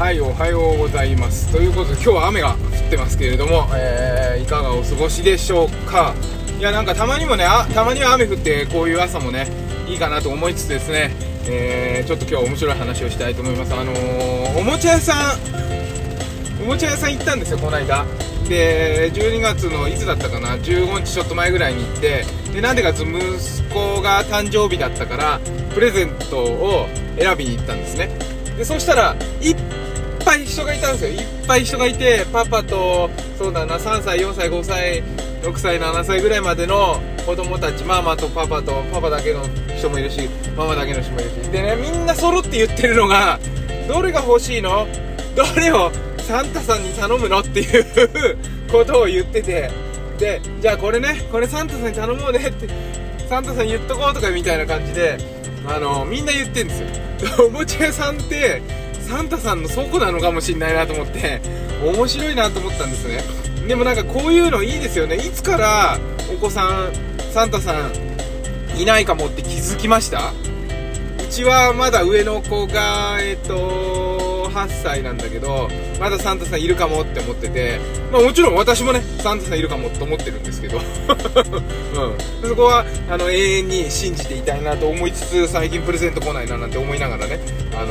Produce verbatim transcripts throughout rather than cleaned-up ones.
はい、おはようございます。ということで今日は雨が降ってますけれども、えー、いかがお過ごしでしょうか。いや、なんかたまにもね、あたまには雨降ってこういう朝もねいいかなと思いつつですね、えー、ちょっと今日は面白い話をしたいと思います。あのー、おもちゃ屋さんおもちゃ屋さん行ったんですよ、この間で。じゅうにがつのいつだったかな、じゅうごにちちょっと前ぐらいに行って、でなんでか息子が誕生日だったからプレゼントを選びに行ったんですね。でそしたらいっぱい人がいたんですよ。いっぱい人がいて、パパとそうだなさんさいよんさいごさいろくさいななさいぐらいまでの子供たち、ママとパパとパパだけの人もいるし、ママだけの人もいるし、でね、みんな揃って言ってるのが、どれが欲しいの、どれをサンタさんに頼むのっていうことを言ってて、でじゃあこれね、これサンタさんに頼もうねって、サンタさんに言っとこうとかみたいな感じで、あのみんな言ってんですよ。おもちゃ屋さんってサンタさんの倉庫なのかもしれないなと思って、面白いなと思ったんですね。でもなんかこういうのいいですよね。いつからお子さんサンタさんいないかもって気づきました？うちはまだ上の子がえっとはっさいなんだけど、まだサンタさんいるかもって思ってて、まあもちろん私もねサンタさんいるかもと思ってるんですけど、うん、そこはあの永遠に信じていたいなと思いつつ、最近プレゼント来ないななんて思いながらね、あの、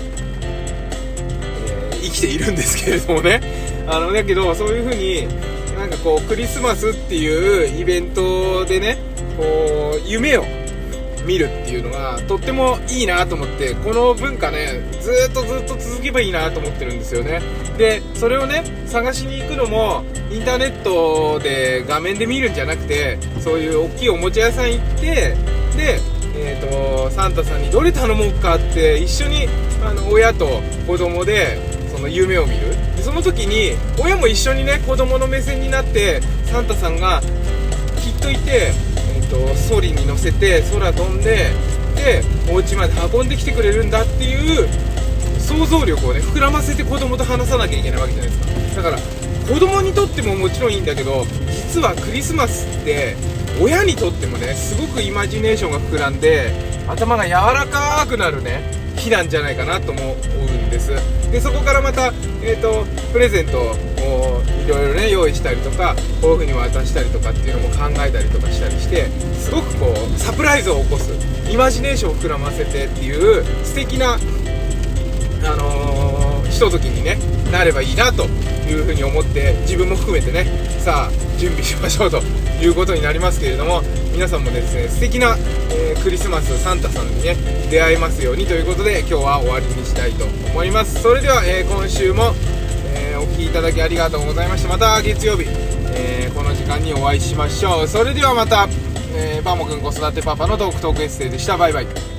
えー、生きているんですけれどもね。あのだけどそういう風になんかこうクリスマスっていうイベントでね、こう夢を見るっていうのがとってもいいなと思って、この文化ねずーっとずっと続けばいいなと思ってるんですよね。でそれをね探しに行くのもインターネットで画面で見るんじゃなくて、そういう大きいおもちゃ屋さん行って、で、えーと、サンタさんにどれ頼もうかって一緒にあの親と子供でその夢を見る。でその時に親も一緒にね子供の目線になって、サンタさんがきっといて、ソリに乗せて空飛んで、でお家まで運んできてくれるんだっていう想像力をね膨らませて子供と話さなきゃいけないわけじゃないですか。だから子供にとってももちろんいいんだけど、実はクリスマスって親にとってもねすごくイマジネーションが膨らんで頭が柔らかくなるね日なんじゃないかなと思うんです。でそこからまた、えーと、プレゼントをいろいろね用意したりとか、こういう風に渡したりとかっていうのも考えたりとかしたりして、すごくこうサプライズを起こす、イマジネーションを膨らませてっていう素敵な、あのー、ひとときにねなればいいなという風に思って、自分も含めてねさあ準備しましょうということになりますけれども、皆さんもですね素敵な、えー、クリスマスサンタさんにね出会えますようにということで、今日は終わりにしたいと思います。それでは、えー、今週も、えー、お聞きいただきありがとうございました。また月曜日、えー、この時間にお会いしましょう。それではまた、えー、バモくん子育てパパのトークトークエッセイでした。バイバイ。